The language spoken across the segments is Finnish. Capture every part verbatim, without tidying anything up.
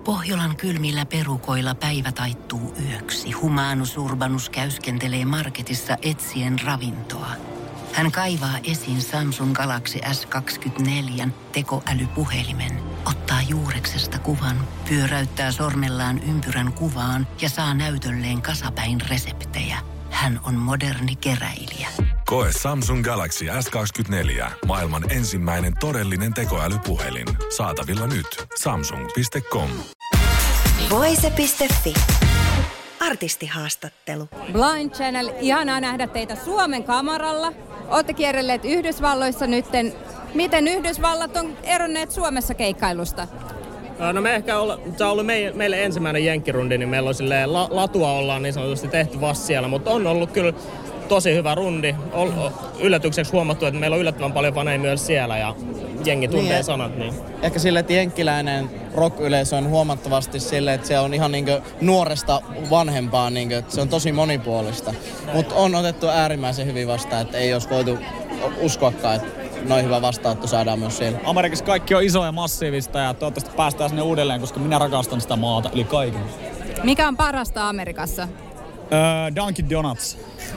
Pohjolan kylmillä perukoilla päivä taittuu yöksi. Humanus Urbanus käyskentelee marketissa etsien ravintoa. Hän kaivaa esiin Samsung Galaxy S kaksikymmentäneljä tekoälypuhelimen, ottaa juureksesta kuvan, pyöräyttää sormellaan ympyrän kuvaan ja saa näytölleen kasapäin reseptejä. Hän on moderni keräilijä. Koe Samsung Galaxy S kaksikymmentäneljä. Maailman ensimmäinen todellinen tekoälypuhelin. Saatavilla nyt. samsung piste com. Voise piste fi. Artistihaastattelu. Blind Channel, ihanaa nähdä teitä Suomen kamaralla. Olette kierrelleet Yhdysvalloissa nytten. Miten Yhdysvallat on eronneet Suomessa keikkailusta? No me ehkä olla, se on ollut meille, meille ensimmäinen jenkkirundi, niin meillä on silleen, la, latua ollaan niin sanotusti tehty vasta siellä, mutta on ollut kyllä tosi hyvä rundi. Ol, yllätykseksi huomattu, että meillä on yllättävän paljon faneja myös siellä ja jengi tuntee niin, sanat. Niin. Ehkä sille, että jenkkiläinen rock-yleisö on huomattavasti silleen, että se on ihan niinkö nuoresta vanhempaa, niinkö, että se on tosi monipuolista. Mutta on otettu äärimmäisen hyvin vastaan, että ei olisi voitu uskoakaan, että noin hyvä vastaanotto saadaan myös siellä. Amerikassa kaikki on iso ja massiivista ja toivottavasti päästään sinne uudelleen, koska minä rakastan sitä maata yli kaiken. Mikä on parasta Amerikassa? Öö, Dunkin Donuts.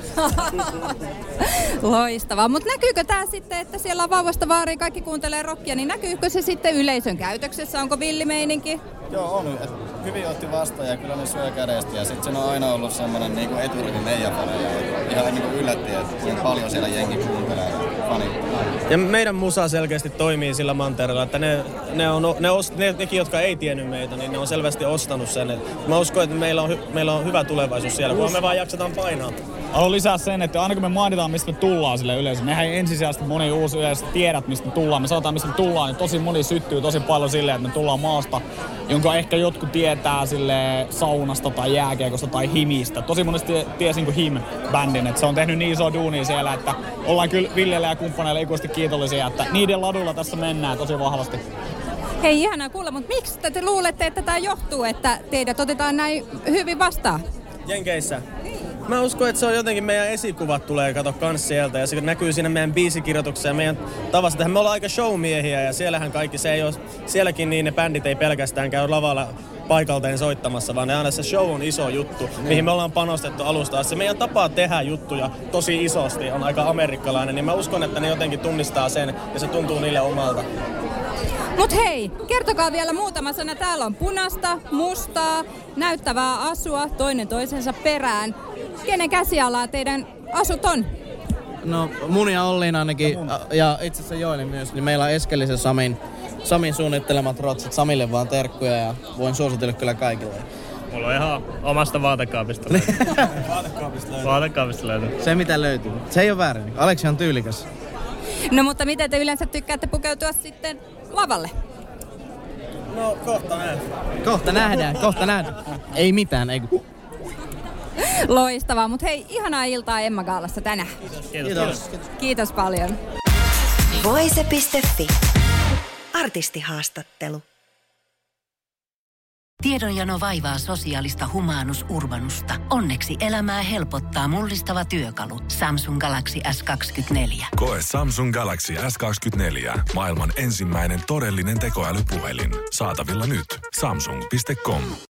Loistavaa. Mutta näkyykö tämä sitten, että siellä on vauvasta vaariin, kaikki kuuntelee rockia, niin näkyykö se sitten yleisön käytöksessä? Onko villimeininki? Joo, on. Et hyvin otti vastaan ja kyllä ne syö kädestä. Ja sitten se on aina ollut semmoinen niinku eturivi meidän faneja. Ihan niinku yllätti, että kuinka paljon siellä jengi kuuntelee ja fanittaa. Ja meidän musa selkeästi toimii sillä mantereella, että ne, ne, on, ne, ost, ne nekin, jotka ei tiennyt meitä, niin ne on selvästi ostanut sen. Et mä uskon, että meillä on, hy, meillä on hyvä tulevaisuus siellä, kun me vaan jaksetaan painaa. Haluan lisää sen, että aina kun me mainitaan, mistä me tullaan sille yleisölle, mehän ei ensisijaisesti moni uusi yleisö tiedät, mistä me tullaan. Me sanotaan, mistä me tullaan, niin tosi moni syttyy tosi paljon silleen, että me tullaan maasta, jonka ehkä jotkut tietää sille saunasta tai jääkiekosta tai himistä. Tosi monesti tiesi niin kuin Him-bändin, että se on tehnyt niin iso duunia siellä, että ollaan kyllä Villelle ja kumppaneille ikuisesti kiitollisia, että niiden ladulla tässä mennään tosi vahvasti. Hei, ihanaa kuulla, mutta miksi te luulette, että tämä johtuu, että teidät otetaan näin hyvin vastaan? Jenkeissä. Mä uskon, että se on jotenkin meidän esikuvat tulee kato kans sieltä ja se näkyy siinä meidän biisikirjoituksessa ja meidän tavassa tähän. Me ollaan aika showmiehiä ja siellähän kaikki se ei ole, sielläkin niin ne bändit ei pelkästään käy lavalla paikalteen soittamassa, vaan ne aina se show on iso juttu, mm. mihin me ollaan panostettu alusta asti. Meidän tapa tehdä juttuja tosi isosti on aika amerikkalainen, niin mä uskon, että ne jotenkin tunnistaa sen ja se tuntuu niille omalta. Mut hei, kertokaa vielä muutama sana. Täällä on punasta, mustaa, näyttävää asua toinen toisensa perään. Kenen käsialaa teidän asut on? No mun ja Olliin ainakin, ja itse asiassa Joelin myös, niin meillä on Eskelisen Samin, Samin suunnittelemat rotsit. Samille vaan terkkuja ja voin suositella kyllä kaikille. Mulla on ihan omasta vaatekaapista löytyy. Vaatekaapista löytyy. Vaatekaapista löytyy. Se mitä löytyy. Se ei ole väärin. Aleksi on tyylikäs. No mutta miten te yleensä tykkäätte pukeutua sitten lavalle? No kohta nähdään. Kohta nähdään, kohta nähdään. Ei mitään, ei kun... Loistavaa, mutta hei, ihanaa iltaa Emma Gaalassa tänään. Kiitos. Kiitos. Kiitos. Kiitos paljon. Voise piste fi. Artistihaastattelu. Tiedonjano vaivaa sosiaalista humanus urbanusta. Onneksi elämää helpottaa mullistava työkalu. Samsung Galaxy S kaksikymmentäneljä. Koe Samsung Galaxy S kaksikymmentäneljä. Maailman ensimmäinen todellinen tekoälypuhelin. Saatavilla nyt. samsung piste com.